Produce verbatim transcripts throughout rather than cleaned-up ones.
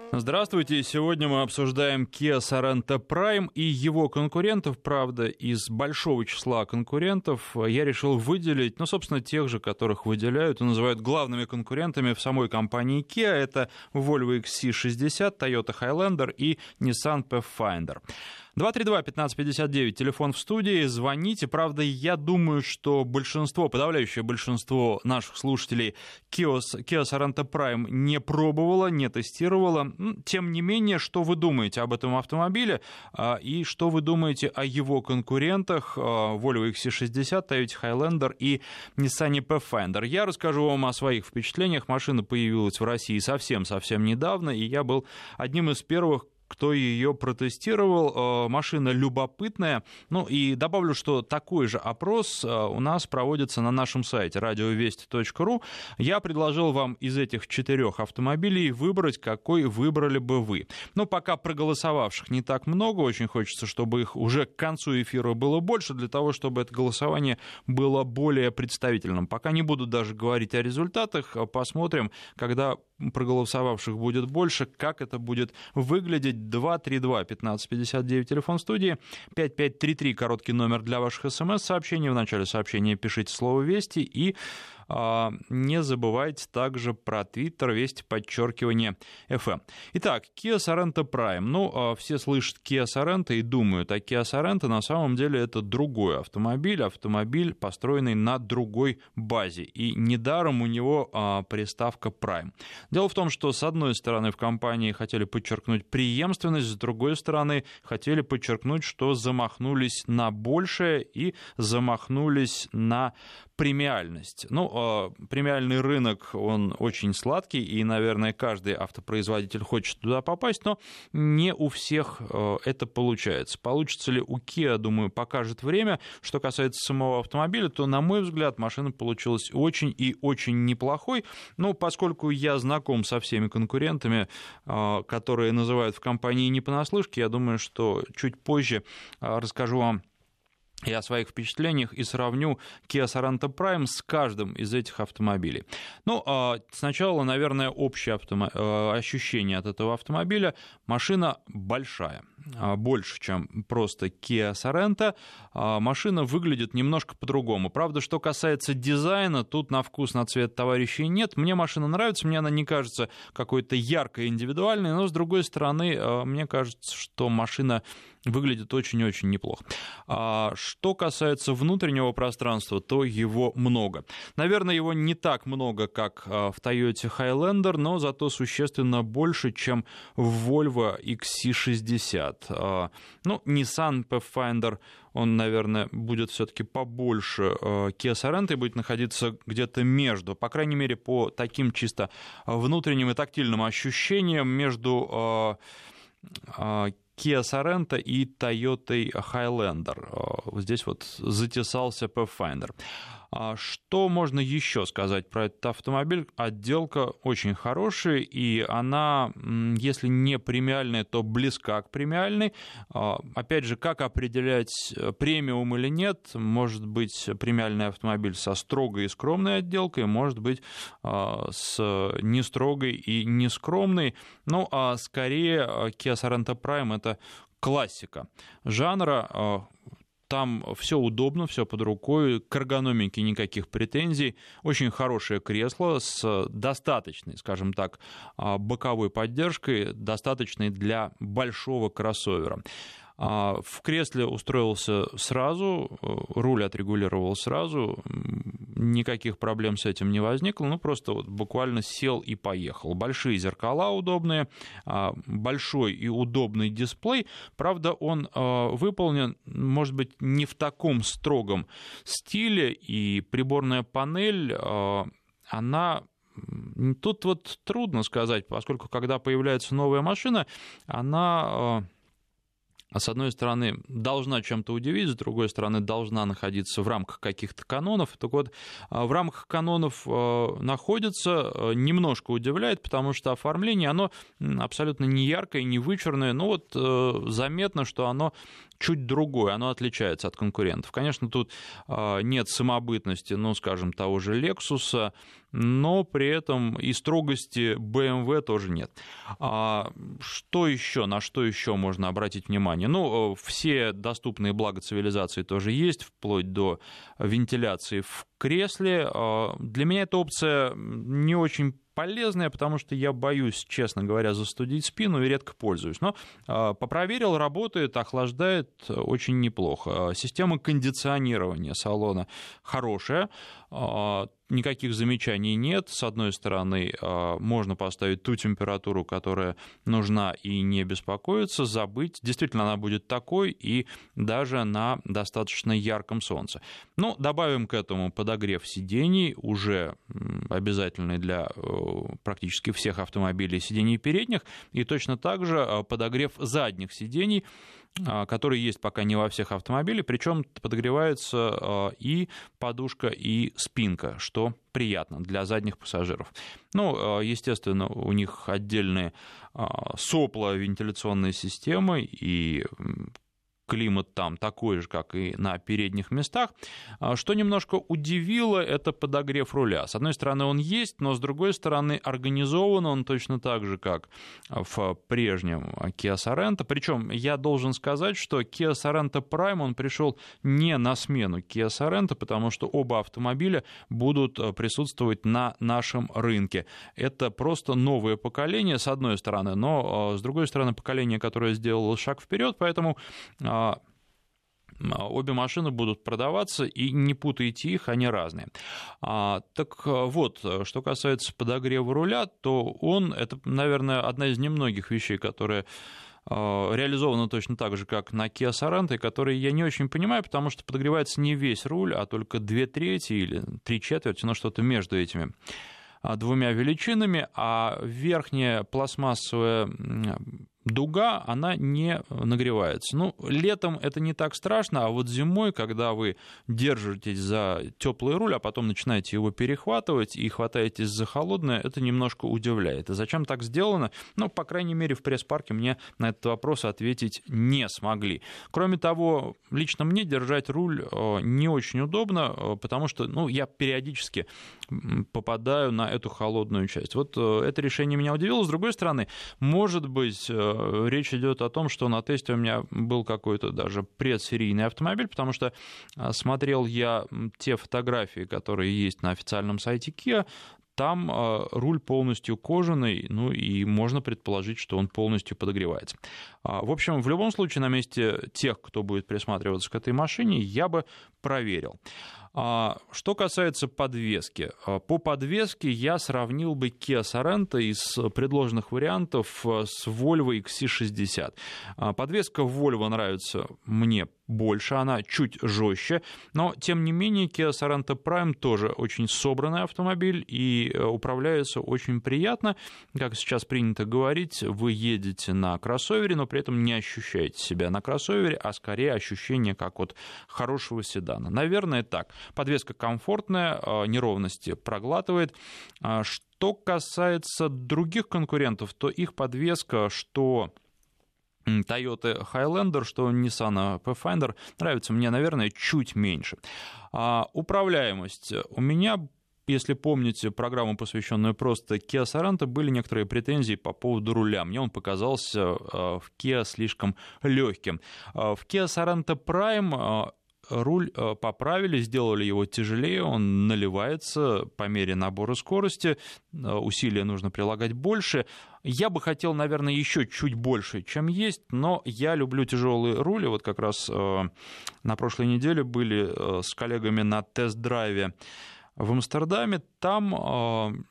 Здравствуйте. Сегодня мы обсуждаем Kia Sorento Prime и его конкурентов. Правда, из большого числа конкурентов я решил выделить, ну, собственно, тех же, которых выделяют и называют главными конкурентами в самой компании Kia. Это Volvo икс си шестьдесят, Toyota Highlander и Nissan Pathfinder. два три два пятнадцать пятьдесят девять, телефон в студии, звоните. Правда, я думаю, что большинство, подавляющее большинство наших слушателей Kia, Kia Sorento Prime не пробовало, не тестировало. Тем не менее, что вы думаете об этом автомобиле и что вы думаете о его конкурентах Volvo икс си шестьдесят, Toyota Highlander и Nissan Pathfinder? Я расскажу вам о своих впечатлениях. Машина появилась в России совсем-совсем недавно, и я был одним из первых, кто ее протестировал. Машина любопытная. Ну и добавлю, что такой же опрос у нас проводится на нашем сайте радиовести точка ру. Я предложил вам из этих четырех автомобилей выбрать, какой выбрали бы вы. Но пока проголосовавших не так много, очень хочется, чтобы их уже к концу эфира было больше, для того, чтобы это голосование было более представительным. Пока не буду даже говорить о результатах, посмотрим, когда проголосовавших будет больше, как это будет выглядеть. два три два пятнадцать пятьдесят девять, телефон студии, пять пять три три, короткий номер для ваших смс-сообщений. В начале сообщения пишите слово «Вести» и а, не забывайте также про Твиттер, Вести, подчеркивание, эф эм. Итак, Kia Sorento Prime. Ну, а, все слышат Kia Sorento и думают, а Kia Sorento на самом деле это другой автомобиль, автомобиль, построенный на другой базе. И недаром у него а, приставка Prime. Дело в том, что с одной стороны в компании хотели подчеркнуть преемственность, с другой стороны хотели подчеркнуть, что замахнулись на большее и замахнулись на премиальность. Ну, премиальный рынок, он очень сладкий, и, наверное, каждый автопроизводитель хочет туда попасть, но не у всех это получается. Получится ли у Kia, думаю, покажет время. Что касается самого автомобиля, то, на мой взгляд, машина получилась очень и очень неплохой. Ну, поскольку я знаком со всеми конкурентами, которые называют в компании не понаслышке, я думаю, что чуть позже расскажу вам и о своих впечатлениях и сравню Kia Sorento Prime с каждым из этих автомобилей. Ну, сначала, наверное, общее автомо... ощущение от этого автомобиля. Машина большая, больше, чем просто Kia Sorento. Машина выглядит немножко по-другому. Правда, что касается дизайна, тут на вкус, на цвет товарищей нет. Мне машина нравится, мне она не кажется какой-то яркой, индивидуальной, но, с другой стороны, мне кажется, что машина выглядит очень-очень неплохо. Что касается внутреннего пространства, то его много. Наверное, его не так много, как в Toyota Highlander, но зато существенно больше, чем в Volvo икс си шестьдесят. Ну, Nissan Pathfinder, он, наверное, будет все-таки побольше Kia Sorento и будет находиться где-то между, по крайней мере, по таким чисто внутренним и тактильным ощущениям между Kia Sorento и Toyota Highlander. Здесь вот затесался Pathfinder. Что можно еще сказать про этот автомобиль? Отделка очень хорошая, и она, если не премиальная, то близка к премиальной. Опять же, как определять, премиум или нет? Может быть, премиальный автомобиль со строгой и скромной отделкой, может быть, с нестрогой и нескромной. Ну, а скорее Kia Sorento Prime — это классика жанра. Там все удобно, все под рукой, к эргономике никаких претензий, очень хорошее кресло с достаточной, скажем так, боковой поддержкой, достаточной для большого кроссовера. В кресле устроился сразу, руль отрегулировал сразу, никаких проблем с этим не возникло, ну просто вот буквально сел и поехал. Большие зеркала удобные, большой и удобный дисплей, правда, он выполнен, может быть, не в таком строгом стиле, и приборная панель, она... Тут вот трудно сказать, поскольку когда появляется новая машина, она... с одной стороны, должна чем-то удивить, с другой стороны, должна находиться в рамках каких-то канонов. Так вот, в рамках канонов находится, немножко удивляет, потому что оформление, оно абсолютно не яркое, не вычурное, но вот заметно, что оно чуть другое, оно отличается от конкурентов. Конечно, тут нет самобытности, ну, скажем, того же Lexus, но при этом и строгости бэ эм вэ тоже нет. А что еще, на что еще можно обратить внимание? Ну, все доступные блага цивилизации тоже есть, вплоть до вентиляции в кресле. Для меня эта опция не очень полезная, потому что я боюсь, честно говоря, застудить спину и редко пользуюсь. Но попроверил, работает, охлаждает очень неплохо. Система кондиционирования салона хорошая, никаких замечаний нет. С одной стороны, можно поставить ту температуру, которая нужна, и не беспокоиться, забыть. Действительно, она будет такой и даже на достаточно ярком солнце. Ну, добавим к этому подогрев сидений, уже обязательный для практически всех автомобилей сидений передних, и точно так же подогрев задних сидений, который есть пока не во всех автомобилях, причем подогревается и подушка, и спинка, что приятно для задних пассажиров. Ну, естественно, у них отдельные сопла вентиляционной системы, и климат там такой же, как и на передних местах. Что немножко удивило, это подогрев руля. С одной стороны, он есть, но с другой стороны, организован он точно так же, как в прежнем Kia Sorento. Причем я должен сказать, что Kia Sorento Prime, он пришел не на смену Kia Sorento, потому что оба автомобиля будут присутствовать на нашем рынке. Это просто новое поколение, с одной стороны, но с другой стороны, поколение, которое сделало шаг вперед, поэтому обе машины будут продаваться, и не путайте их, они разные. А, так вот, что касается подогрева руля, то он, это, наверное, одна из немногих вещей, которая реализована точно так же, как на Kia Sorento, и которые я не очень понимаю, потому что подогревается не весь руль, а только две трети или три четверти, ну что-то между этими двумя величинами, а верхняя пластмассовая дуга, она не нагревается. Ну, летом это не так страшно, а вот зимой, когда вы держитесь за теплый руль, а потом начинаете его перехватывать и хватаетесь за холодное, это немножко удивляет. И зачем так сделано? Ну, по крайней мере, в пресс-парке мне на этот вопрос ответить не смогли. Кроме того, лично мне держать руль не очень удобно, потому что, ну, я периодически попадаю на эту холодную часть. Вот это решение меня удивило. С другой стороны, может быть, речь идет о том, что на тесте у меня был какой-то даже предсерийный автомобиль, потому что смотрел я те фотографии, которые есть на официальном сайте Kia, там руль полностью кожаный, ну и можно предположить, что он полностью подогревается. В общем, в любом случае, на месте тех, кто будет присматриваться к этой машине, я бы проверил. Что касается подвески. По подвеске я сравнил бы Kia Sorento из предложенных вариантов с Volvo икс си шестьдесят. Подвеска Volvo нравится мне больше, она чуть жестче, но, тем не менее, Kia Sorento Prime тоже очень собранный автомобиль и управляется очень приятно. Как сейчас принято говорить, вы едете на кроссовере, но при этом не ощущаете себя на кроссовере, а скорее ощущение как от хорошего седана. Наверное, так. Подвеска комфортная, неровности проглатывает. Что касается других конкурентов, то их подвеска, что Toyota Highlander, что Nissan Pathfinder, нравится мне, наверное, чуть меньше. Управляемость. У меня, если помните программу, посвященную просто Kia Sorento, были некоторые претензии по поводу руля. Мне он показался в Kia слишком легким. В Kia Sorento Prime руль поправили, сделали его тяжелее, он наливается по мере набора скорости, усилия нужно прилагать больше. Я бы хотел, наверное, еще чуть больше, чем есть, но я люблю тяжелые рули. Вот как раз на прошлой неделе были с коллегами на тест-драйве в Амстердаме. Там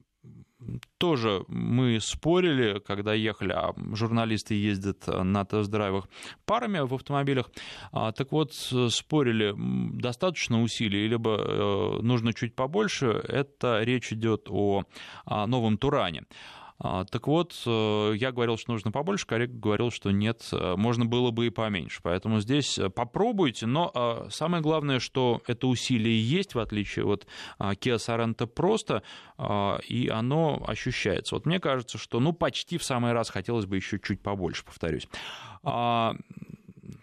тоже мы спорили, когда ехали, а журналисты ездят на тест-драйвах парами в автомобилях. Так вот, спорили, достаточно усилий, либо нужно чуть побольше. Это речь идет о новом Туране. Так вот, я говорил, что нужно побольше, коллега говорил, что нет, можно было бы и поменьше. Поэтому здесь попробуйте, но самое главное, что это усилие есть, в отличие от Kia Sorento просто, и оно ощущается. Вот мне кажется, что ну почти в самый раз хотелось бы еще чуть побольше, повторюсь.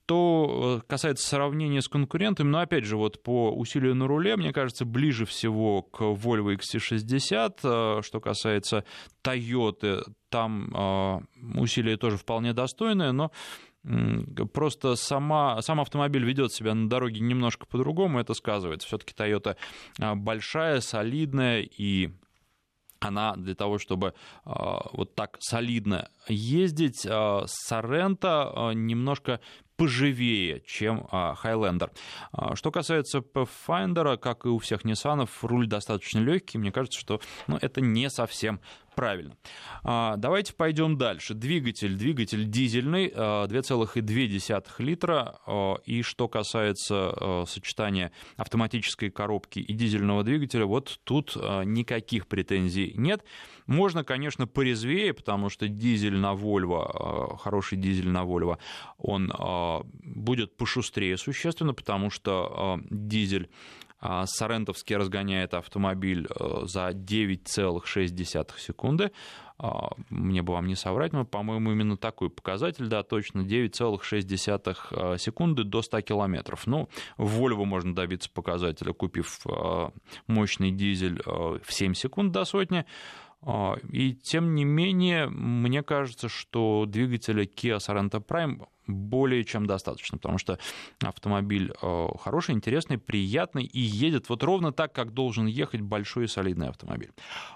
Что касается сравнения с конкурентами, но опять же, вот по усилию на руле, мне кажется, ближе всего к Volvo икс си шестьдесят. Что касается Toyota, там усилие тоже вполне достойное, но просто сама, сам автомобиль ведет себя на дороге немножко по-другому, это сказывается. Все-таки Toyota большая, солидная, и она для того, чтобы вот так солидно ездить, Sorento немножко поживее, чем Highlander. Что касается Pathfinder, как и у всех Nissan, руль достаточно легкий. Мне кажется, что ну, это не совсем правильно. Давайте пойдем дальше. Двигатель. Двигатель дизельный, два целых две десятых литра. И что касается сочетания автоматической коробки и дизельного двигателя, вот тут никаких претензий нет. Можно, конечно, порезвее, потому что дизель на Volvo, хороший дизель на Volvo, он будет пошустрее существенно, потому что дизель сорентовский разгоняет автомобиль за девять целых шесть десятых секунды. Мне бы вам не соврать, но, по-моему, именно такой показатель, да, точно, девять целых шесть десятых секунды до ста километров. Ну, в Volvo можно добиться показателя, купив мощный дизель в семь секунд до сотни. И, тем не менее, мне кажется, что двигателя Kia Sorento Prime более чем достаточно, потому что автомобиль хороший, интересный, приятный и едет вот ровно так, как должен ехать большой и солидный автомобиль.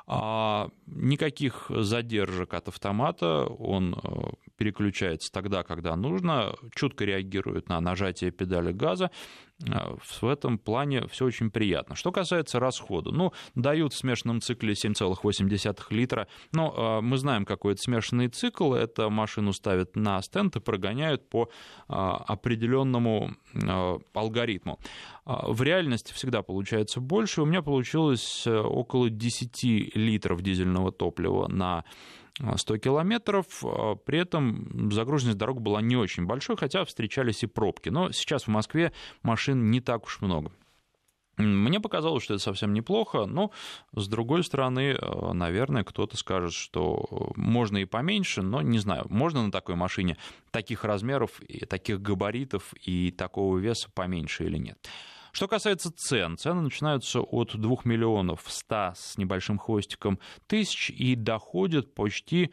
Никаких задержек от автомата, он переключается тогда, когда нужно, чутко реагирует на нажатие педали газа. В этом плане все очень приятно. Что касается расхода, ну, дают в смешанном цикле семь целых восемь десятых литра, но мы знаем, какой это смешанный цикл, это машину ставят на стенд и прогоняют по определенному алгоритму. В реальности всегда получается больше. У меня получилось около десять литров дизельного топлива на сто километров, при этом загруженность дорог была не очень большой, хотя встречались и пробки. Но сейчас в Москве машин не так уж много. Мне показалось, что это совсем неплохо, но, с другой стороны, наверное, кто-то скажет, что можно и поменьше, но не знаю, можно на такой машине таких размеров, и таких габаритов и такого веса поменьше или нет. Что касается цен, цены начинаются от двух миллионов ста с небольшим хвостиком тысяч и доходят почти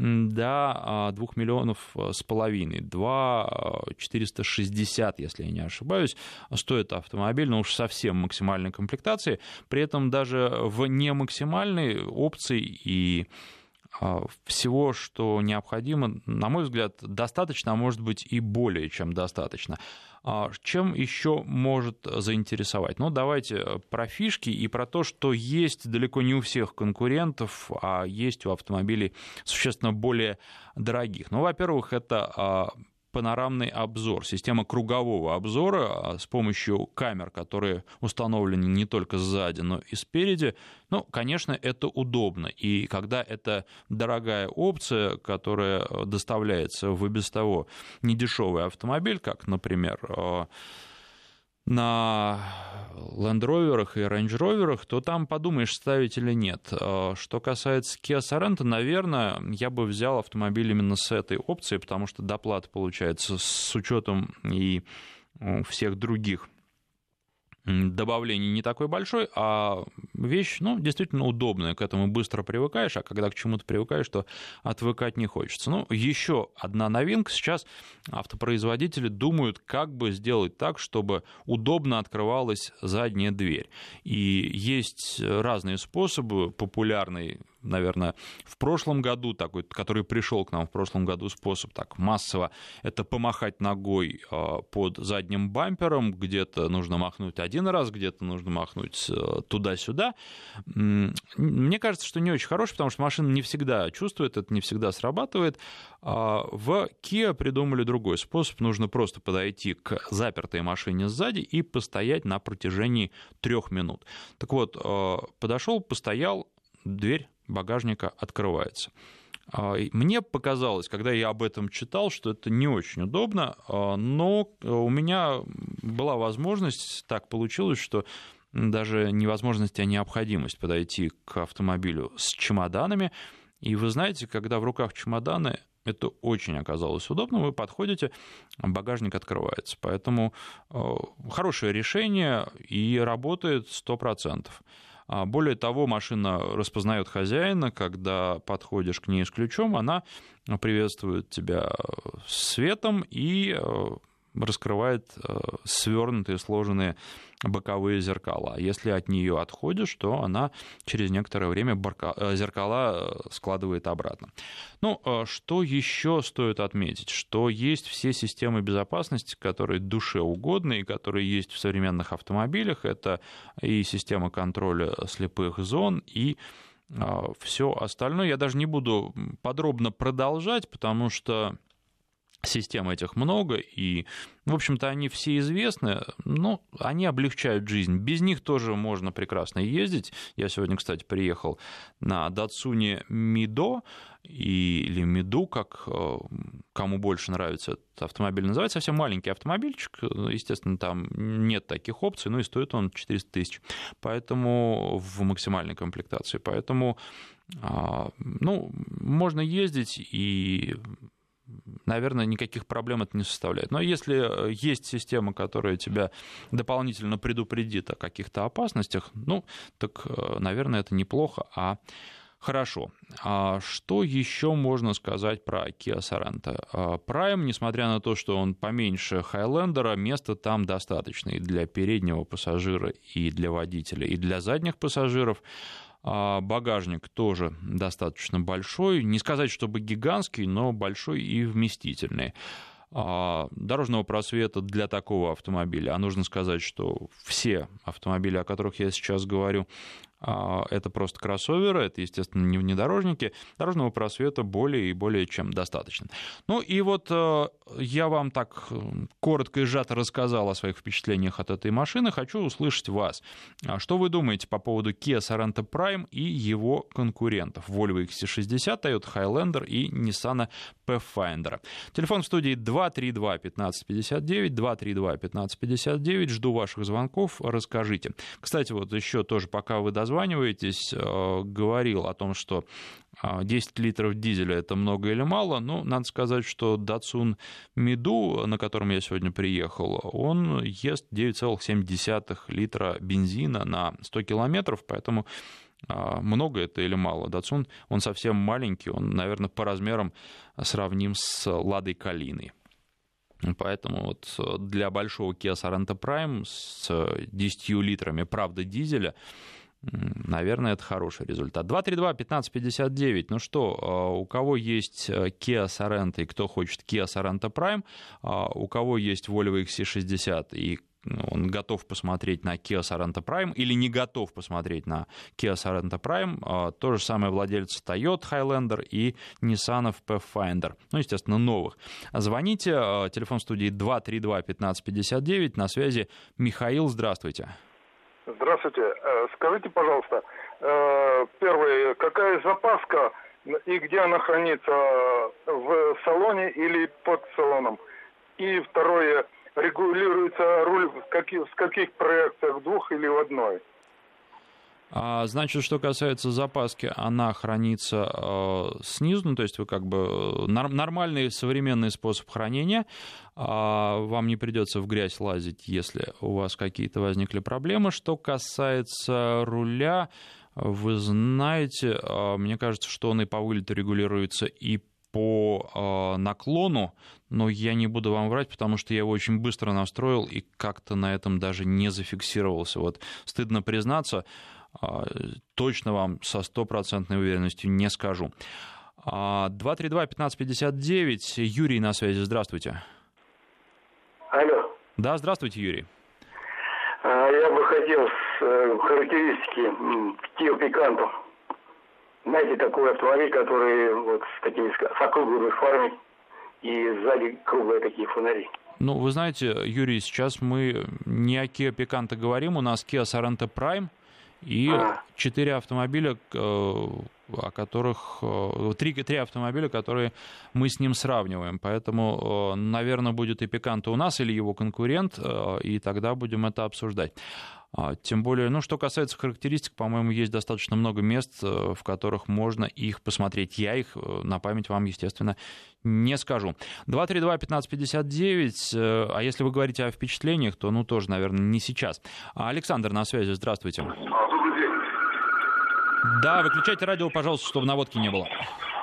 до двух миллионов с половиной. два четыреста шестьдесят, если я не ошибаюсь, стоит автомобиль, но уж совсем максимальной комплектации. При этом даже в немаксимальной опции и всего, что необходимо, на мой взгляд, достаточно, а может быть и более чем достаточно. Чем еще может заинтересовать? Ну, давайте про фишки и про то, что есть далеко не у всех конкурентов, а есть у автомобилей существенно более дорогих. Ну, во-первых, это панорамный обзор, система кругового обзора с помощью камер, которые установлены не только сзади, но и спереди. Ну, конечно, это удобно. И когда это дорогая опция, которая доставляется в и без того недешевый автомобиль, как, например, на Land Rover'ах и Range Rover'ах, то там подумаешь, ставить или нет. Что касается Kia Sorento, наверное, я бы взял автомобиль именно с этой опцией, потому что доплата получается с учетом и всех других добавлений не такой большой, а вещь, ну, действительно удобная, к этому быстро привыкаешь, а когда к чему-то привыкаешь, то отвыкать не хочется. Ну, еще одна новинка, сейчас автопроизводители думают, как бы сделать так, чтобы удобно открывалась задняя дверь. И есть разные способы, популярный, наверное, в прошлом году, такой, который пришел к нам в прошлом году способ так массово, это помахать ногой под задним бампером, где-то нужно махнуть один раз, где-то нужно махнуть туда-сюда. Мне кажется, что не очень хороший, потому что машина не всегда чувствует, это не всегда срабатывает. В Kia придумали другой способ, нужно просто подойти к запертой машине сзади и постоять на протяжении трех минут. Так вот, подошел, постоял, дверь багажника открывается. Мне показалось, когда я об этом читал, что это не очень удобно, но у меня была возможность, так получилось, что даже не возможность, а необходимость подойти к автомобилю с чемоданами. И вы знаете, когда в руках чемоданы, Это очень оказалось удобно. Вы подходите, багажник открывается. Поэтому хорошее решение и работает сто процентов. Более того, машина распознает хозяина, когда подходишь к ней с ключом, она приветствует тебя светом и раскрывает свернутые, сложенные боковые зеркала. Если от нее отходишь, то она через некоторое время зеркала складывает обратно. Ну, что еще стоит отметить? Что есть все системы безопасности, которые душе угодны и которые есть в современных автомобилях. Это и система контроля слепых зон, и все остальное. Я даже не буду подробно продолжать, потому что систем этих много, и, в общем-то, они все известны, но они облегчают жизнь. Без них тоже можно прекрасно ездить. Я сегодня, кстати, приехал на Datsun Mido, или Mido, как кому больше нравится этот автомобиль называть. Совсем маленький автомобильчик, естественно, там нет таких опций, ну и стоит он четыреста тысяч, поэтому в максимальной комплектации. Поэтому, ну, можно ездить, и наверное, никаких проблем это не составляет. Но если есть система, которая тебя дополнительно предупредит о каких-то опасностях, ну, так, наверное, это неплохо, а хорошо. А что еще можно сказать про Kia Sorento? Prime, несмотря на то, что он поменьше Highlander, места там достаточно и для переднего пассажира, и для водителя, и для задних пассажиров. Багажник тоже достаточно большой, не сказать, чтобы гигантский, но большой и вместительный. Дорожного просвета для такого автомобиля, а нужно сказать, что все автомобили, о которых я сейчас говорю, это просто кроссоверы, это, естественно, не внедорожники, дорожного просвета более и более чем достаточно. Ну и вот я вам так коротко и сжато рассказал о своих впечатлениях от этой машины, хочу услышать вас. Что вы думаете по поводу Kia Sorento Prime и его конкурентов? Volvo икс си шестьдесят, Toyota Highlander и Nissan Pathfinder. Телефон в студии два три два пятнадцать пятьдесят девять, два три два пятнадцать пятьдесят девять, жду ваших звонков, расскажите. Кстати, вот еще тоже, пока вы дозвонитесь, Дозваниваетесь, говорил о том, что десять литров дизеля — это много или мало. Ну, надо сказать, что Datsun Mido, на котором я сегодня приехал, он ест девять целых семь десятых литра бензина на сто километров, поэтому много это или мало. Datsun, он совсем маленький, он, наверное, по размерам сравним с Ладой Калиной. Поэтому вот для большого Kia Sorento Prime с десятью литрами, правда, дизеля, наверное, это хороший результат. два три два пятнадцать пятьдесят девять. Ну что, у кого есть Kia Sorento и кто хочет Kia Sorento Prime, у кого есть Volvo икс си шестьдесят и он готов посмотреть на Kia Sorento Prime или не готов посмотреть на Kia Sorento Prime, то же самое владельцы Toyota Highlander и Nissan Pathfinder, ну, естественно, новых. Звоните, телефон студии два три два пятнадцать пятьдесят девять, на связи Михаил, здравствуйте. Здравствуйте. Скажите, пожалуйста, первое, какая запаска и где она хранится, в салоне или под салоном? И второе, регулируется руль в каких, в каких проекциях, в двух или в одной? Значит, что касается запаски, она хранится э, снизу, ну, то есть вы как бы нормальный современный способ хранения, э, вам не придется в грязь лазить, если у вас какие-то возникли проблемы. Что касается руля, вы знаете, э, мне кажется, что он и по вылету регулируется, и по э, наклону, но я не буду вам врать, потому что я его очень быстро настроил и как-то на этом даже не зафиксировался. Вот стыдно признаться, точно вам со стопроцентной уверенностью не скажу. два три два пятнадцать пятьдесят девять. Юрий на связи. Здравствуйте. Алло. Да, здравствуйте, Юрий. Я бы хотел характеристики Kia Picanto. Знаете, такой автомобиль, который вот с такими с округлыми фарами и сзади круглые такие фонари. Ну, вы знаете, Юрий, сейчас мы не о Kia Picanto говорим, у нас Kia Sorento Prime. И четыре автомобиля, о которых три, три автомобиля, которые мы с ним сравниваем. Поэтому, наверное, будет и Пиканто у нас или его конкурент, и тогда будем это обсуждать. Тем более, ну, что касается характеристик, по-моему, есть достаточно много мест, в которых можно их посмотреть. Я их на память вам, естественно, не скажу. два три два пятнадцать пятьдесят девять, а если вы говорите о впечатлениях, то, ну, тоже, наверное, не сейчас. Александр на связи, здравствуйте. Добрый день. Да, выключайте радио, пожалуйста, чтобы наводки не было.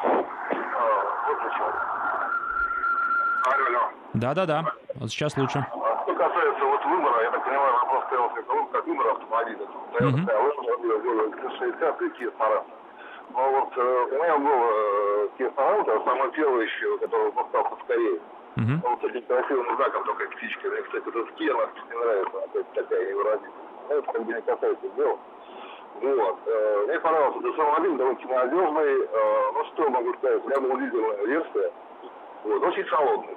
Да-да-да, вот сейчас лучше. Что касается вот выбора, я так понимаю, вопрос стоял как выбор автомобиля. Toyota Highlander, шестьдесят и Kia Sorento. Но вот у меня был Kia Sorento, самый первый еще, который поставился в Корее. Он с этим красивым знаком, только птичка. Мне, кстати, этот Kia мне нравится, опять такая невыразительная. Но это как бы не касается дела. Вот. Мне понравился этот автомобиль, довольно надежный. Ну что могу сказать, у меня была дизельная версия. Вот. Очень холодный.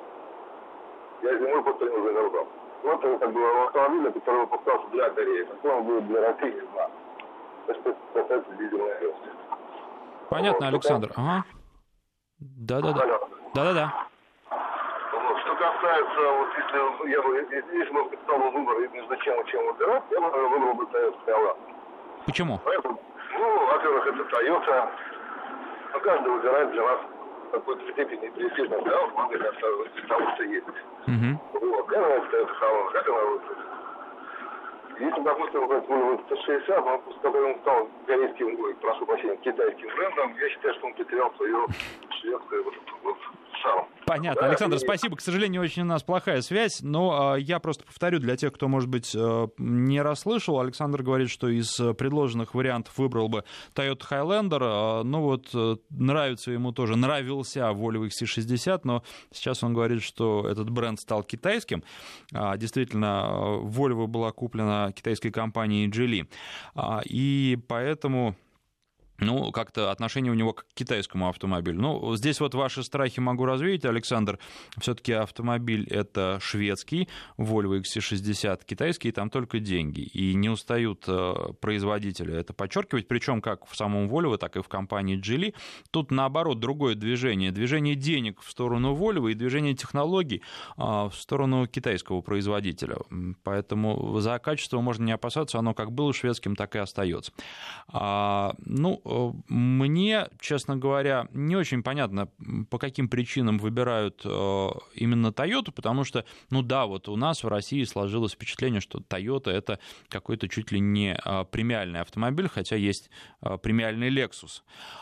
Я зимой просто не замерзал. Вот это как бы автомобиль, который выпускался для Кореи. Какой он будет для России, не знаю. Это касается дизельной версии. Понятно, вот, Александр. Что... Ага. Да-да-да. Да-да-да. Вот. Что касается, вот если я бы, если бы стал выбор между чем и чем выбирать, я бы выбрал бы Toyota Highlander. Почему? Поэтому, ну, во-первых, это Toyota. Но каждый выбирает для нас в какой-то степени действительно да, в модель того, что есть. Угу. Вот. Как она Toyota Highlander, как она выглядит? Если, допустим, брать Volvo сто шестьдесят, но с которым стал корейским, ой, прошу прощения, китайским брендом, я считаю, что он потерял свое шведское вот, вот, шарм. Понятно. Да, Александр, и... спасибо. К сожалению, очень у нас плохая связь, но э, я просто повторю для тех, кто, может быть, э, не расслышал. Александр говорит, что из предложенных вариантов выбрал бы Toyota Highlander. Э, ну вот, э, нравится ему тоже, нравился Volvo икс си шестьдесят, но сейчас он говорит, что этот бренд стал китайским. Э, действительно, Volvo была куплена китайской компанией Geely. Э, и поэтому... Ну, как-то отношение у него к китайскому автомобилю. Ну, здесь вот ваши страхи могу развеять, Александр. Все-таки автомобиль это шведский, Volvo икс си шестьдесят китайский, там только деньги. И не устают производители это подчеркивать, причем как в самом Volvo, так и в компании Geely. Тут, наоборот, другое движение. Движение денег в сторону Volvo и движение технологий в сторону китайского производителя. Поэтому за качество можно не опасаться, оно как было шведским, так и остается. Ну, мне, честно говоря, не очень понятно, по каким причинам выбирают именно Toyota, потому что, ну да, вот у нас в России сложилось впечатление, что Toyota — это какой-то чуть ли не премиальный автомобиль, хотя есть премиальный Lexus.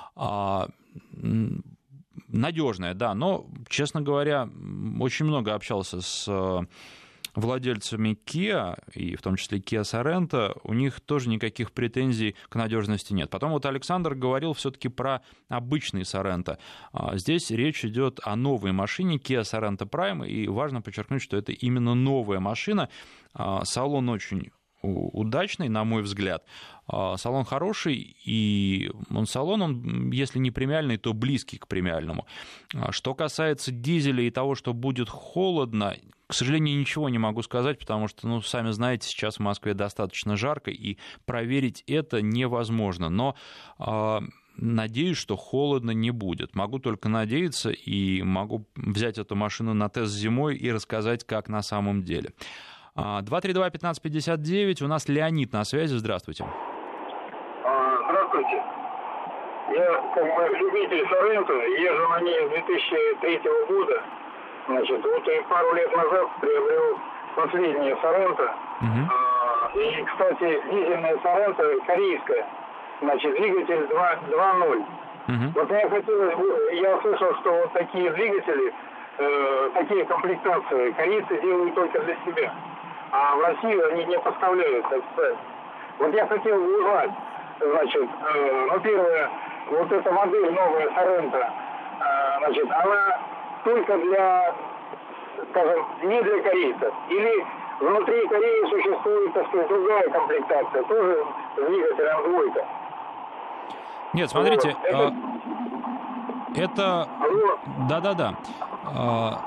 Надежная, да, но, честно говоря, очень много общался с владельцами Kia, и в том числе Kia Sorento, у них тоже никаких претензий к надежности нет. Потом вот Александр говорил все-таки про обычный Sorento. Здесь речь идет о новой машине Kia Sorento Prime, и важно подчеркнуть, что это именно новая машина. Салон очень удачный, на мой взгляд. Салон хороший, и он салон, он, если не премиальный, то близкий к премиальному. Что касается дизеля и того, что будет холодно, к сожалению, ничего не могу сказать, потому что, ну, сами знаете, сейчас в Москве достаточно жарко, и проверить это невозможно. Но э, надеюсь, что холодно не будет. Могу только надеяться, и могу взять эту машину на тест зимой и рассказать, как на самом деле. два три два пятнадцать пятьдесят девять, у нас Леонид на связи, здравствуйте. Здравствуйте. Я как бы любитель Sorento, езжу на ней с две тысячи третьего года. Значит, вот и пару лет назад приобрел последнее Sorento. Uh-huh. А, и, кстати, дизельная Sorento корейская. Значит, двигатель два ноль. Uh-huh. Вот мне хотелось бы, я слышал, что вот такие двигатели, э, такие комплектации корейцы делают только для себя. А в Россию они не поставляют, так сказать. Вот я хотел бы узнать, значит, э, ну, первое, вот эта модель новая Sorento, э, значит, она только для, скажем, не для корейцев, или внутри Кореи существует, так сказать, другая комплектация, тоже с двигателем двойка? Нет, смотрите, вот, это... это... Да-да-да.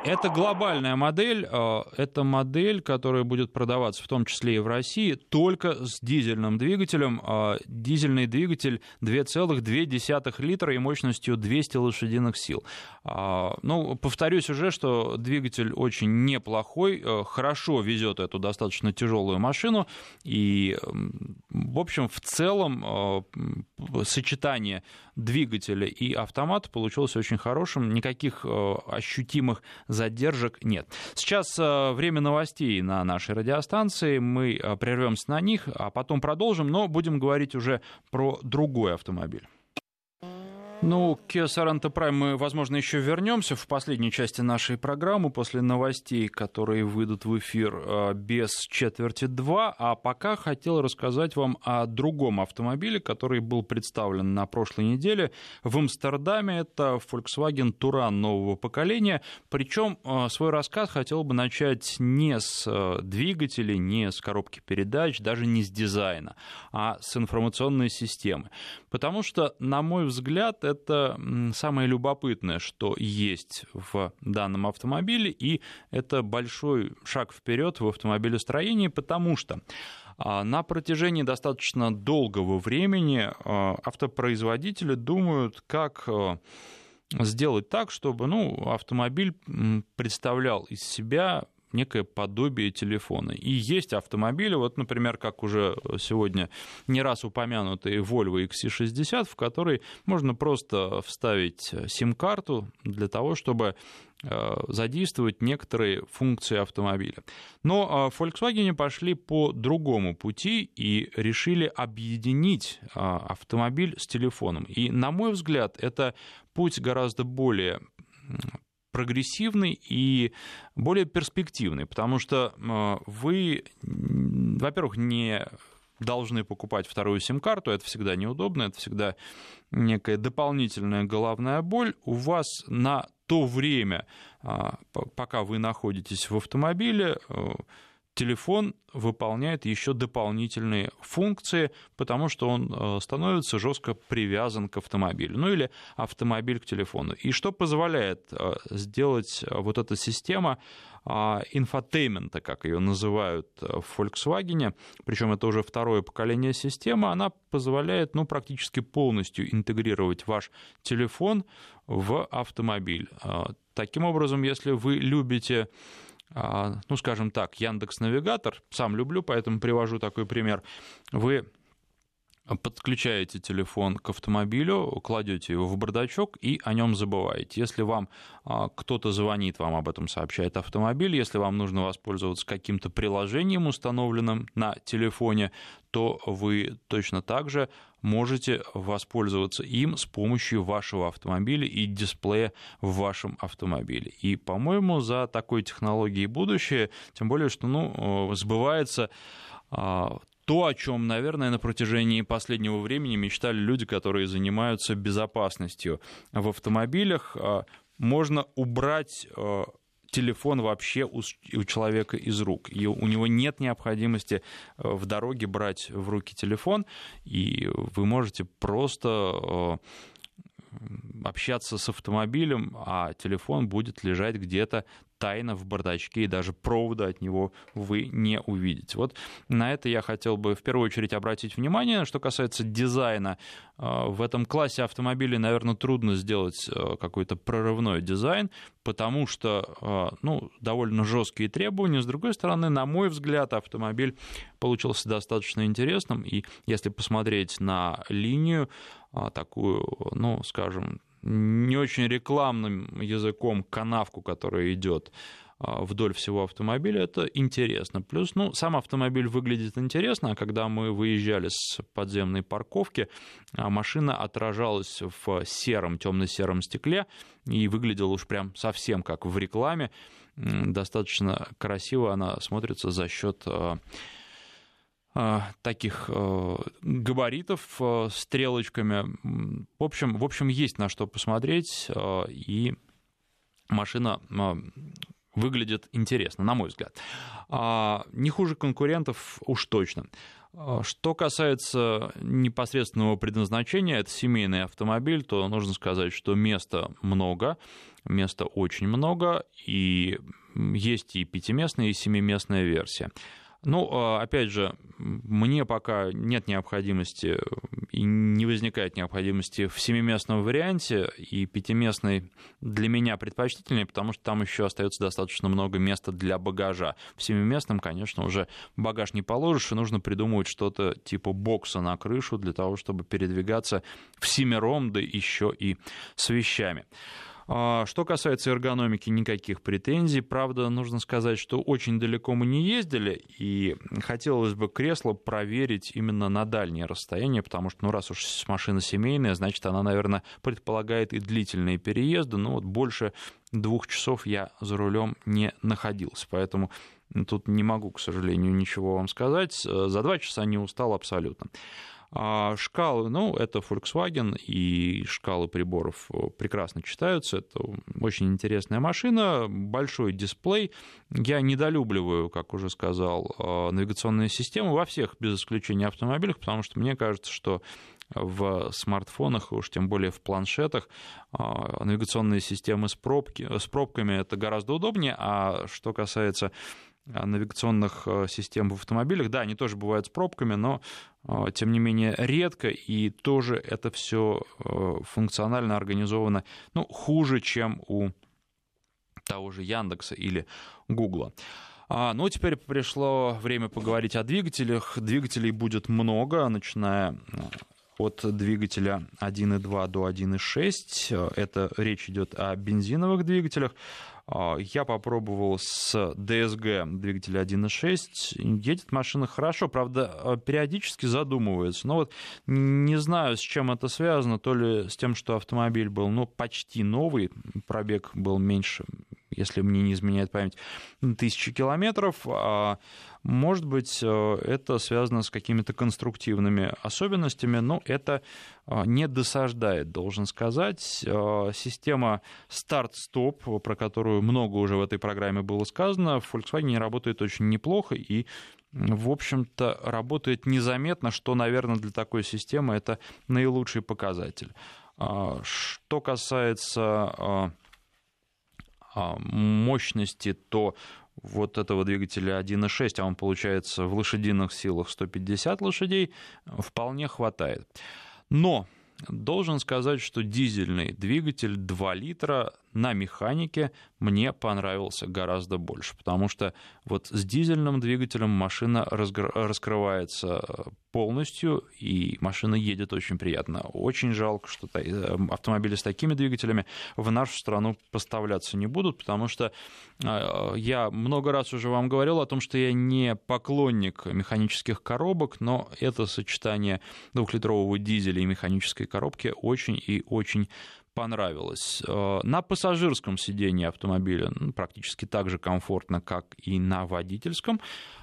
Это глобальная модель, это модель, которая будет продаваться в том числе и в России, только с дизельным двигателем. Дизельный двигатель два целых две десятых литра и мощностью двести лошадиных сил. Ну, повторюсь уже, что двигатель очень неплохой, хорошо везет эту достаточно тяжелую машину, и, в общем, в целом сочетание двигателя и автомата получилось очень хорошим, никаких ощутимых задержек нет. Сейчас время новостей на нашей радиостанции, мы прервемся на них, а потом продолжим, но будем говорить уже про другой автомобиль. Ну, к Kia Sorento Prime мы, возможно, еще вернемся в последней части нашей программы после новостей, которые выйдут в эфир без четверти два. А пока хотел рассказать вам о другом автомобиле, который был представлен на прошлой неделе в Амстердаме. Это Volkswagen Touran нового поколения. Причем свой рассказ хотел бы начать не с двигателя, не с коробки передач, даже не с дизайна, а с информационной системы. Потому что, на мой взгляд, это самое любопытное, что есть в данном автомобиле, и это большой шаг вперед в автомобилестроении, потому что на протяжении достаточно долгого времени автопроизводители думают, как сделать так, чтобы ну, автомобиль представлял из себя некое подобие телефона. И есть автомобили, вот, например, как уже сегодня не раз упомянутый Volvo икс си шестьдесят, в который можно просто вставить сим-карту для того, чтобы задействовать некоторые функции автомобиля. Но в Volkswagen пошли по другому пути и решили объединить автомобиль с телефоном. И, на мой взгляд, это путь гораздо более прогрессивный и более перспективный, потому что вы, во-первых, не должны покупать вторую сим-карту, это всегда неудобно, это всегда некая дополнительная головная боль. У вас на то время, пока вы находитесь в автомобиле, телефон выполняет еще дополнительные функции, потому что он становится жестко привязан к автомобилю, ну или автомобиль к телефону. И что позволяет сделать вот эта система инфотеймента, как ее называют в Volkswagen, причем это уже второе поколение системы, она позволяет ну, практически полностью интегрировать ваш телефон в автомобиль. Таким образом, если вы любите, ну, скажем так, Яндекс.Навигатор, сам люблю, поэтому привожу такой пример, вы подключаете телефон к автомобилю, кладете его в бардачок и о нем забываете. Если вам кто-то звонит, вам об этом сообщает автомобиль, если вам нужно воспользоваться каким-то приложением, установленным на телефоне, то вы точно так же можете воспользоваться им с помощью вашего автомобиля и дисплея в вашем автомобиле. И, по-моему, за такой технологией будущее, тем более, что ну, сбывается то, о чем, наверное, на протяжении последнего времени мечтали люди, которые занимаются безопасностью в автомобилях. Можно убрать телефон вообще у человека из рук. И у него нет необходимости в дороге брать в руки телефон, и вы можете просто общаться с автомобилем, а телефон будет лежать где-то тайно в бардачке, и даже провода от него вы не увидите. Вот на это я хотел бы в первую очередь обратить внимание. Что касается дизайна, в этом классе автомобилей, наверное, трудно сделать какой-то прорывной дизайн, потому что ну, довольно жесткие требования. С другой стороны, на мой взгляд, автомобиль получился достаточно интересным, и если посмотреть на линию, такую, ну, скажем, не очень рекламным языком канавку, которая идет вдоль всего автомобиля, это интересно. Плюс, ну, сам автомобиль выглядит интересно, а когда мы выезжали с подземной парковки, машина отражалась в сером, темно-сером стекле и выглядела уж прям совсем как в рекламе. Достаточно красиво она смотрится за счет таких габаритов стрелочками. В общем, в общем, есть на что посмотреть, и машина выглядит интересно, на мой взгляд. Не хуже конкурентов уж точно. Что касается непосредственного предназначения, это семейный автомобиль, то нужно сказать, что места много, места очень много, и есть и пятиместная, и семиместная версия. Ну, опять же, мне пока нет необходимости и не возникает необходимости в семиместном варианте, и пятиместный для меня предпочтительнее, потому что там еще остается достаточно много места для багажа. В семиместном, конечно, уже багаж не положишь, и нужно придумывать что-то типа бокса на крышу для того, чтобы передвигаться всемиром, да еще и с вещами. Что касается эргономики, никаких претензий. Правда, нужно сказать, что очень далеко мы не ездили, и хотелось бы кресло проверить именно на дальнее расстояние, потому что, ну, раз уж машина семейная, значит, она, наверное, предполагает и длительные переезды. Ну, вот больше двух часов я за рулем не находился, поэтому тут не могу, к сожалению, ничего вам сказать. За два часа не устал абсолютно. А шкалы, ну, это Volkswagen, и шкалы приборов прекрасно читаются. Это очень интересная машина, большой дисплей. Я недолюбливаю, как уже сказал, навигационные системы во всех, без исключения, автомобилях, потому что мне кажется, что в смартфонах, уж тем более в планшетах, навигационные системы с, пробки, с пробками это гораздо удобнее. А что касается навигационных систем в автомобилях, да, они тоже бывают с пробками, но тем не менее редко, и тоже это все функционально организовано, ну, хуже, чем у того же Яндекса или Гугла. Ну, теперь пришло время поговорить о двигателях. Двигателей будет много, начиная от двигателя один и два до один и шесть. Это речь идет о бензиновых двигателях. Я попробовал с ди эс джи двигателя один и шесть. Едет машина хорошо, правда, периодически задумывается. Но вот не знаю, с чем это связано. То ли с тем, что автомобиль был, ну, почти новый, пробег был меньше, если мне не изменяет память, тысячи километров. А может быть, это связано с какими-то конструктивными особенностями, но это не досаждает, должен сказать. Система старт-стоп, про которую много уже в этой программе было сказано, в Volkswagen работает очень неплохо и, в общем-то, работает незаметно, что, наверное, для такой системы это наилучший показатель. Что касается мощности, то вот этого двигателя один и шесть, а он получается в лошадиных силах сто пятьдесят лошадей, вполне хватает. Но должен сказать, что дизельный двигатель два литра на механике мне понравился гораздо больше, потому что вот с дизельным двигателем машина раскрывается полностью, и машина едет очень приятно. Очень жалко, что автомобили с такими двигателями в нашу страну поставляться не будут, потому что я много раз уже вам говорил о том, что я не поклонник механических коробок, но это сочетание двухлитрового дизеля и механической коробки очень и очень понравилось. На пассажирском сидении автомобиля практически так же комфортно, как и на водительском.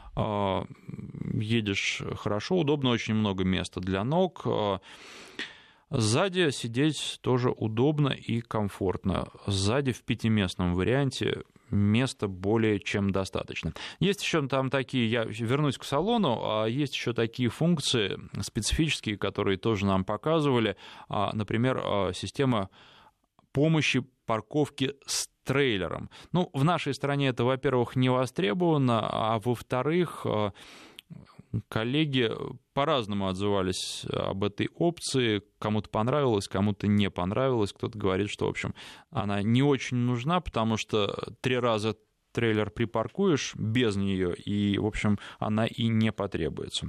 Едешь хорошо, удобно, очень много места для ног. Сзади сидеть тоже удобно и комфортно. Сзади в пятиместном варианте места более чем достаточно. Есть еще там такие, я вернусь к салону, а есть еще такие функции специфические, которые тоже нам показывали. Например, система помощи парковки с трейлером. Ну, в нашей стране это, во-первых, не востребовано, а во-вторых, коллеги по-разному отзывались об этой опции. Кому-то понравилось, кому-то не понравилось. Кто-то говорит, что, в общем, она не очень нужна, потому что три раза трейлер припаркуешь без нее, и, в общем, она и не потребуется.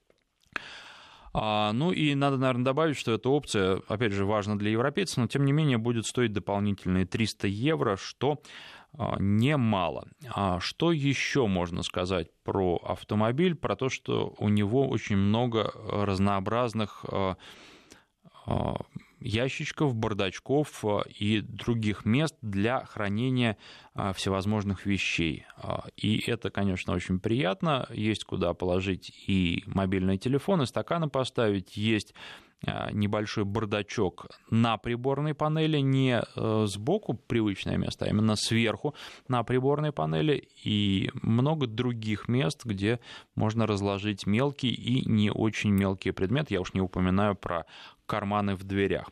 Ну и надо, наверное, добавить, что эта опция, опять же, важна для европейцев, но, тем не менее, будет стоить дополнительные триста евро, что немало. Что еще можно сказать про автомобиль? Про то, что у него очень много разнообразных ящичков, бардачков и других мест для хранения всевозможных вещей. И это, конечно, очень приятно. Есть куда положить и мобильный телефон, и стаканы поставить. Есть небольшой бардачок на приборной панели, не сбоку привычное место, а именно сверху на приборной панели, и много других мест, где можно разложить мелкие и не очень мелкие предметы. Я уж не упоминаю про карманы в дверях.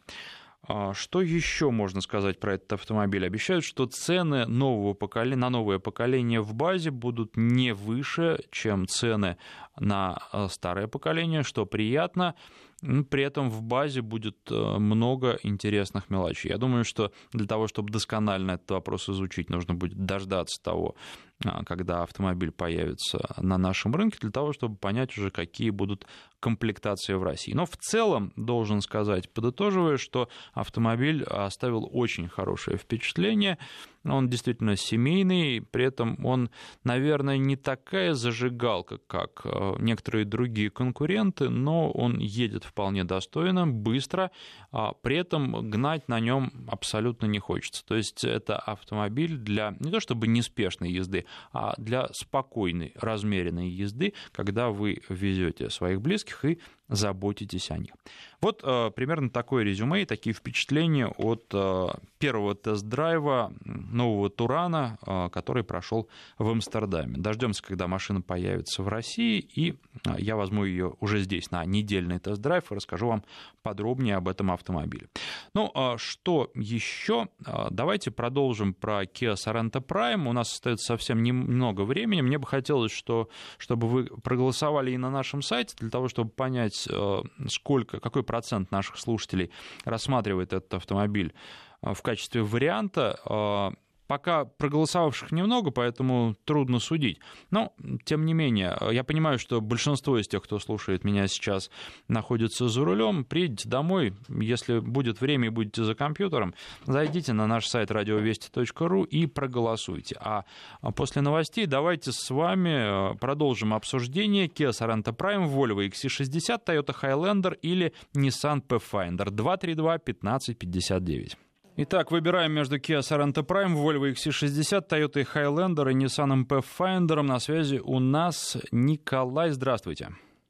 Что еще можно сказать про этот автомобиль? Обещают, что цены нового поколения, на новое поколение в базе будут не выше, чем цены на старое поколение, что приятно. При этом в базе будет много интересных мелочей. Я думаю, что для того, чтобы досконально этот вопрос изучить, нужно будет дождаться того, когда автомобиль появится на нашем рынке, для того, чтобы понять уже, какие будут комплектации в России. Но в целом, должен сказать, подытоживая, что автомобиль оставил очень хорошее впечатление. Он действительно семейный, при этом он, наверное, не такая зажигалка, как некоторые другие конкуренты, но он едет вполне достойно, быстро, а при этом гнать на нем абсолютно не хочется. То есть это автомобиль для не то чтобы неспешной езды, а для спокойной, размеренной езды, когда вы везете своих близких и заботитесь о них. Вот э, примерно такое резюме и такие впечатления от э, первого тест-драйва нового Турана, э, который прошел в Амстердаме. Дождемся, когда машина появится в России, и э, я возьму ее уже здесь на недельный тест-драйв и расскажу вам подробнее об этом автомобиле. Ну, э, что еще? Э, давайте продолжим про Kia Sorento Prime. У нас остается совсем немного времени. Мне бы хотелось, что, чтобы вы проголосовали и на нашем сайте, для того, чтобы понять, сколько, какой процент наших слушателей рассматривает этот автомобиль в качестве варианта. Пока проголосовавших немного, поэтому трудно судить. Но, тем не менее, я понимаю, что большинство из тех, кто слушает меня сейчас, находится за рулем. Приедете домой, если будет время и будете за компьютером, зайдите на наш сайт радиовести точка ру и проголосуйте. А после новостей давайте с вами продолжим обсуждение Kia Sorento Prime, Volvo икс си шестьдесят, Toyota Highlander или Nissan Pathfinder. два три два пятнадцать пятьдесят девять. Итак, выбираем между Kia Sorento Prime, Volvo икс си шестьдесят, Toyota Highlander и Nissan Pathfinder. На связи у нас Николай. Здравствуйте.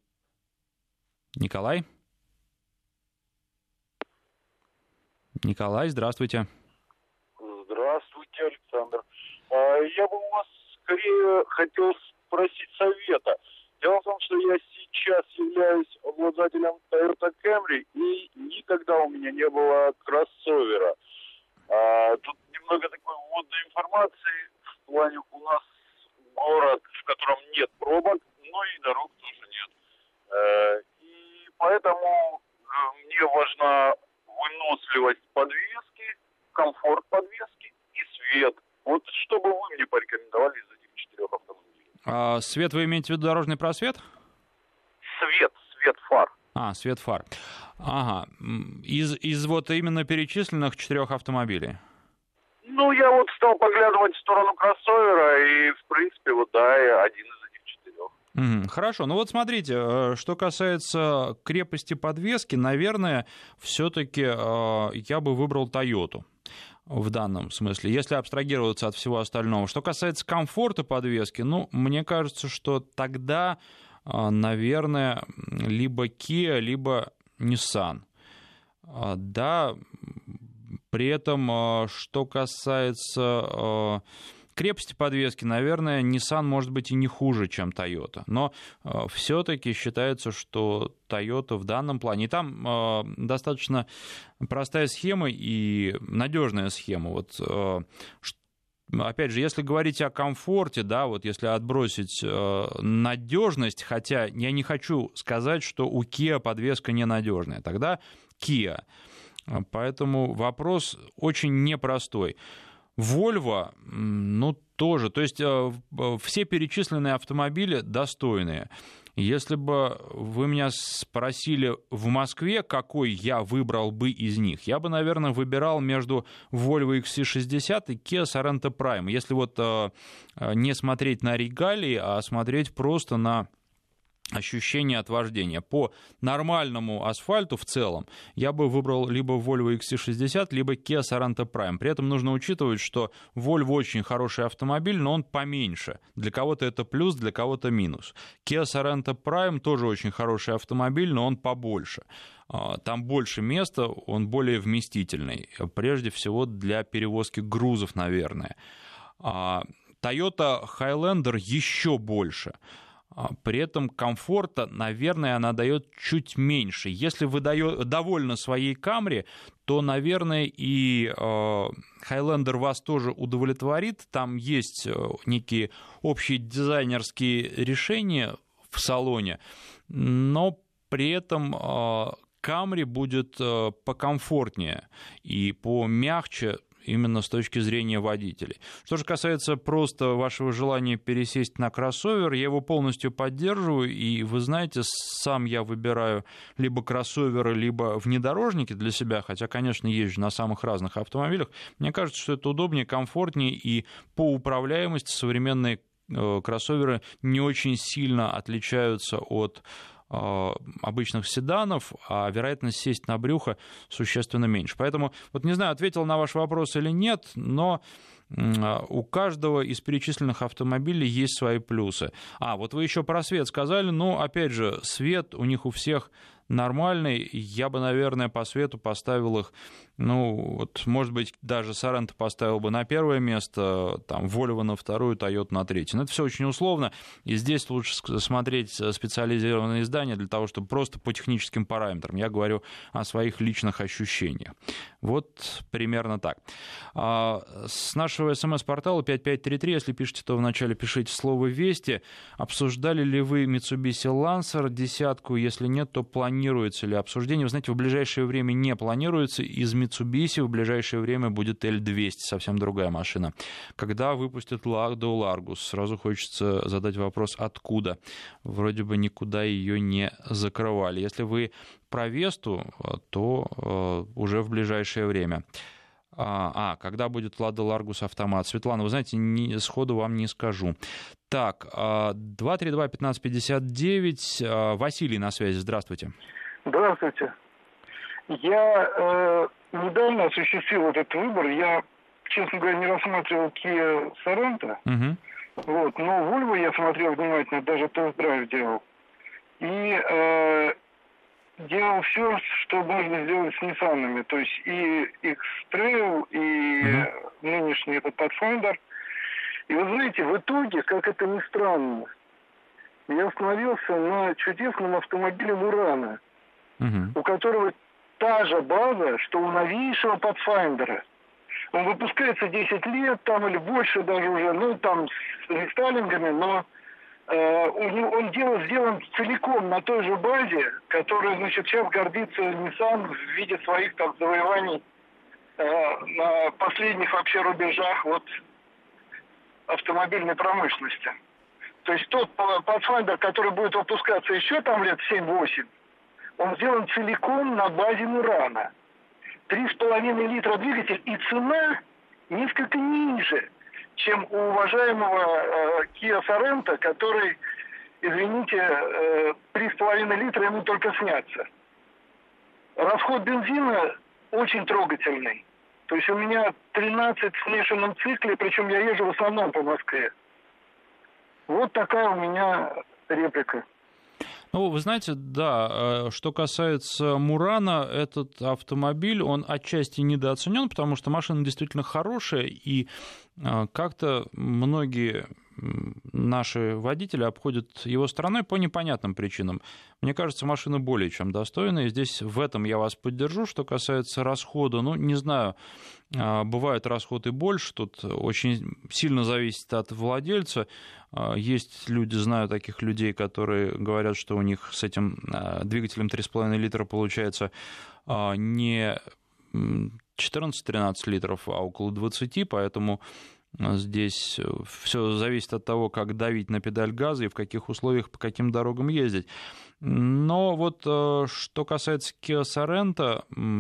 Николай? Николай, здравствуйте. Здравствуйте, Александр. Я бы у вас скорее хотел спросить совета. Дело в том, что я сейчас являюсь обладателем Toyota Camry, и никогда у меня не было кроссовера. А, тут немного такой вводной информации. В плане у нас город, в котором нет пробок, но и дорог тоже нет. А, и поэтому мне важна выносливость подвески, комфорт подвески и свет. Вот что бы вы мне порекомендовали из этих четырех автомобилей? А свет вы имеете в виду дорожный просвет? Свет, свет фар. А, свет фар. Ага. Из, из вот именно перечисленных четырех автомобилей? Ну, я вот стал поглядывать в сторону кроссовера, и, в принципе, вот, да, один из этих четырех. Mm, хорошо. Ну вот смотрите, что касается крепости подвески, наверное, все-таки я бы выбрал Toyota в данном смысле, если абстрагироваться от всего остального. Что касается комфорта подвески, ну, мне кажется, что тогда, наверное, либо Kia, либо Nissan. Да, при этом, что касается крепости подвески, наверное, Nissan может быть и не хуже, чем Toyota. Но все-таки считается, что Toyota в данном плане... И там достаточно простая схема и надежная схема. Вот, опять же, если говорить о комфорте, да, вот если отбросить надежность, хотя я не хочу сказать, что у Kia подвеска ненадежная, тогда Kia. Поэтому вопрос очень непростой. Volvo, ну, тоже. То есть все перечисленные автомобили достойные. Если бы вы меня спросили в Москве, какой я выбрал бы из них, я бы, наверное, выбирал между Volvo икс си шестьдесят и Kia Sorento Prime. Если вот не смотреть на регалии, а смотреть просто на ощущение от вождения. По нормальному асфальту в целом я бы выбрал либо Volvo икс си шестьдесят, либо Kia Sorento Prime. При этом нужно учитывать, что Volvo очень хороший автомобиль, но он поменьше. Для кого-то это плюс, для кого-то минус. Kia Sorento Prime тоже очень хороший автомобиль, но он побольше. Там больше места, он более вместительный. Прежде всего для перевозки грузов, наверное. Toyota Highlander еще больше. При этом комфорта, наверное, она дает чуть меньше. Если вы довольны своей Camry, то, наверное, и Highlander вас тоже удовлетворит. Там есть некие общие дизайнерские решения в салоне, но при этом Camry будет покомфортнее и помягче, именно с точки зрения водителей. Что же касается просто вашего желания пересесть на кроссовер, я его полностью поддерживаю, и вы знаете, сам я выбираю либо кроссоверы, либо внедорожники для себя, хотя, конечно, езжу на самых разных автомобилях. Мне кажется, что это удобнее, комфортнее, и по управляемости современные кроссоверы не очень сильно отличаются от обычных седанов, а вероятность сесть на брюхо существенно меньше. Поэтому, вот не знаю, ответил на ваш вопрос или нет, но у каждого из перечисленных автомобилей есть свои плюсы. А, вот вы еще про свет сказали, ну, опять же, свет у них у всех нормальный, я бы, наверное, по свету поставил их, ну, вот, может быть, даже Sorento поставил бы на первое место, там, Volvo на вторую, Toyota на третье. Но это все очень условно, и здесь лучше смотреть специализированные издания для того, чтобы просто по техническим параметрам. Я говорю о своих личных ощущениях. Вот примерно так. С нашего смс-портала пять пять три три, если пишете, то вначале пишите слово «Вести». Обсуждали ли вы Mitsubishi Lancer десятку? Если нет, то планируется ли обсуждение? Вы знаете, в ближайшее время не планируется. Из Mitsubishi в ближайшее время будет эль двести, совсем другая машина. Когда выпустят Lada Largus? Сразу хочется задать вопрос, откуда? Вроде бы никуда ее не закрывали. Если вы про Весту, то уже в ближайшее время. А, а когда будет Lada Largus автомат? Светлана, вы знаете, не, сходу вам не скажу. Так, два три два пятнадцать пятьдесят девять. Василий на связи, здравствуйте. Здравствуйте. Я э, недавно осуществил этот выбор. Я, честно говоря, не рассматривал Kia Sorento. Угу. Вот, но Volvo я смотрел внимательно, даже тест-драйв делал. И э, делал все, что можно сделать с Nissan'ами. То есть и X-Trail, и mm-hmm. нынешний этот Pathfinder. И вы знаете, в итоге, как это ни странно, я остановился на чудесном автомобиле Murano, mm-hmm. у которого та же база, что у новейшего Pathfinder. Он выпускается десять лет, там или больше даже уже, ну там с рестайлингами, но он дело сделан целиком на той же базе, которой, значит, сейчас гордится Nissan в виде своих там завоеваний э, на последних вообще рубежах вот автомобильной промышленности. То есть тот Pathfinder, который будет выпускаться еще там лет семь-восемь, он сделан целиком на базе Murano. Три с половиной литра двигатель, и цена несколько ниже, чем у уважаемого э, Kia Sorento, который, извините, э, три с половиной литра ему только снятся. Расход бензина очень трогательный. То есть у меня тринадцать в смешанном цикле, причем я езжу в основном по Москве. Вот такая у меня реплика. Ну, вы знаете, да, что касается Murano, этот автомобиль, он отчасти недооценен, потому что машина действительно хорошая, и как-то многие наши водители обходят его стороной по непонятным причинам. Мне кажется, машина более чем достойная, и здесь в этом я вас поддержу. Что касается расхода, ну, не знаю, бывают расходы больше, тут очень сильно зависит от владельца. Есть люди, знаю таких людей, которые говорят, что у них с этим двигателем три с половиной литра получается не четырнадцать-тринадцать литров, а около двадцать, поэтому здесь все зависит от того, как давить на педаль газа и в каких условиях, по каким дорогам ездить. Но вот что касается Kia Sorento,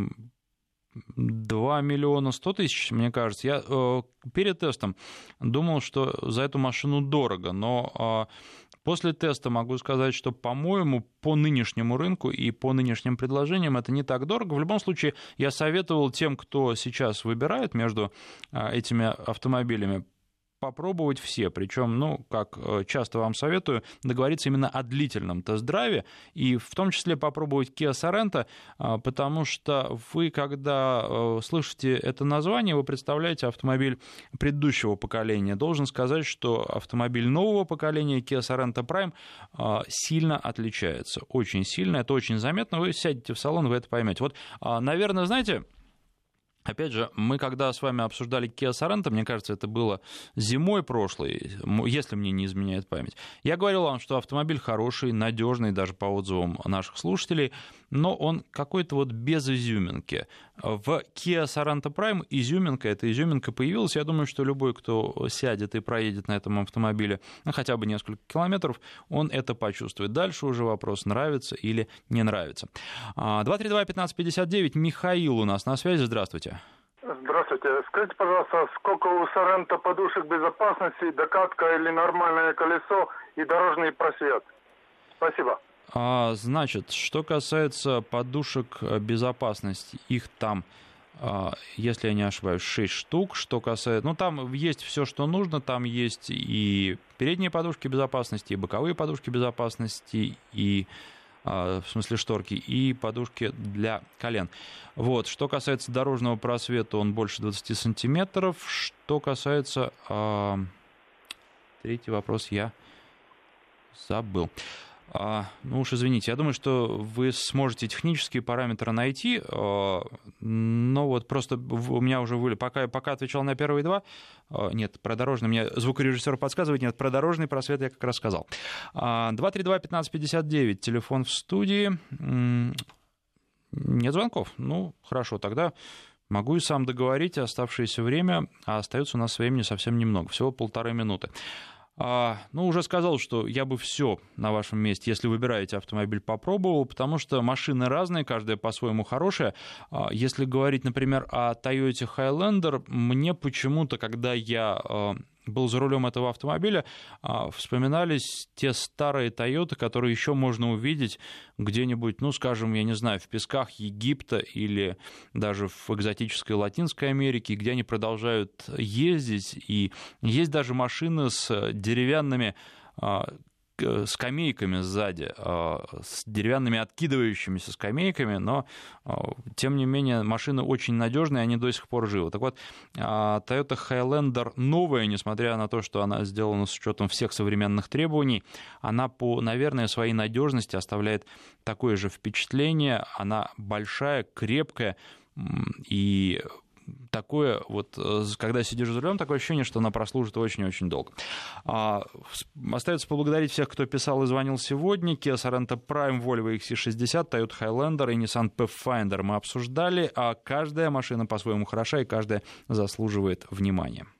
два миллиона сто тысяч, мне кажется. Я перед тестом думал, что за эту машину дорого, но После теста могу сказать, что, по-моему, по нынешнему рынку и по нынешним предложениям это не так дорого. В любом случае, я советовал тем, кто сейчас выбирает между этими автомобилями, попробовать все, причем, ну, как часто вам советую, договориться именно о длительном тест-драйве, и в том числе попробовать Kia Sorento, потому что вы, когда слышите это название, вы представляете автомобиль предыдущего поколения. Должен сказать, что автомобиль нового поколения Kia Sorento Prime сильно отличается, очень сильно, это очень заметно, вы сядете в салон, вы это поймете. Вот, наверное, знаете... Опять же, мы когда с вами обсуждали Kia Sorento, мне кажется, это было зимой прошлой, если мне не изменяет память, я говорил вам, что автомобиль хороший, надежный, даже по отзывам наших слушателей, но он какой-то вот без изюминки. В Kia Sorento Prime изюминка, эта изюминка появилась. Я думаю, что любой, кто сядет и проедет на этом автомобиле ну, хотя бы несколько километров, он это почувствует. Дальше уже вопрос, нравится или не нравится. два три два пятнадцать пятьдесят девять, Михаил у нас на связи, здравствуйте. Здравствуйте. Скажите, пожалуйста, сколько у Sorento подушек безопасности, докатка или нормальное колесо и дорожный просвет? Спасибо. А, значит, что касается подушек безопасности, их там, если я не ошибаюсь, шесть штук. Что касается, ну там есть все, что нужно, там есть и передние подушки безопасности, и боковые подушки безопасности, и в смысле шторки, и подушки для колен. Вот. Что касается дорожного просвета, он больше двадцать сантиметров. Что касается... А... Третий вопрос я забыл. А, ну уж извините, я думаю, что вы сможете технические параметры найти, а, но вот просто у меня уже были, пока, пока отвечал на первые два, а, нет, про дорожный, мне звукорежиссер подсказывает, нет, про дорожный просвет я как раз сказал. А, два три два пятнадцать пятьдесят девять, телефон в студии, нет звонков, ну хорошо, тогда могу и сам договорить, оставшееся время, а остается у нас времени совсем немного, всего полторы минуты. А, ну, уже сказал, что я бы все на вашем месте, если выбираете автомобиль, попробовал, потому что машины разные, каждая по-своему хорошая. А, если говорить, например, о Toyota Highlander, мне почему-то, когда я а, был за рулем этого автомобиля, а, вспоминались те старые Toyota, которые еще можно увидеть где-нибудь, ну, скажем, я не знаю, в песках Египта или даже в экзотической Латинской Америке, где они продолжают ездить, и есть даже машины с деревянными скамейками сзади, с деревянными откидывающимися скамейками, но, тем не менее, машины очень надежные, они до сих пор живы. Так вот, Toyota Highlander новая, несмотря на то, что она сделана с учетом всех современных требований, она по, наверное, своей надежности оставляет такое же впечатление. Она большая, крепкая и... Такое вот, когда сидишь за рулем, такое ощущение, что она прослужит очень-очень долго. А, остается поблагодарить всех, кто писал и звонил сегодня. Kia Sorento Prime, Volvo икс си шестьдесят, Toyota Highlander и Nissan Pathfinder мы обсуждали, а каждая машина по-своему хороша и каждая заслуживает внимания.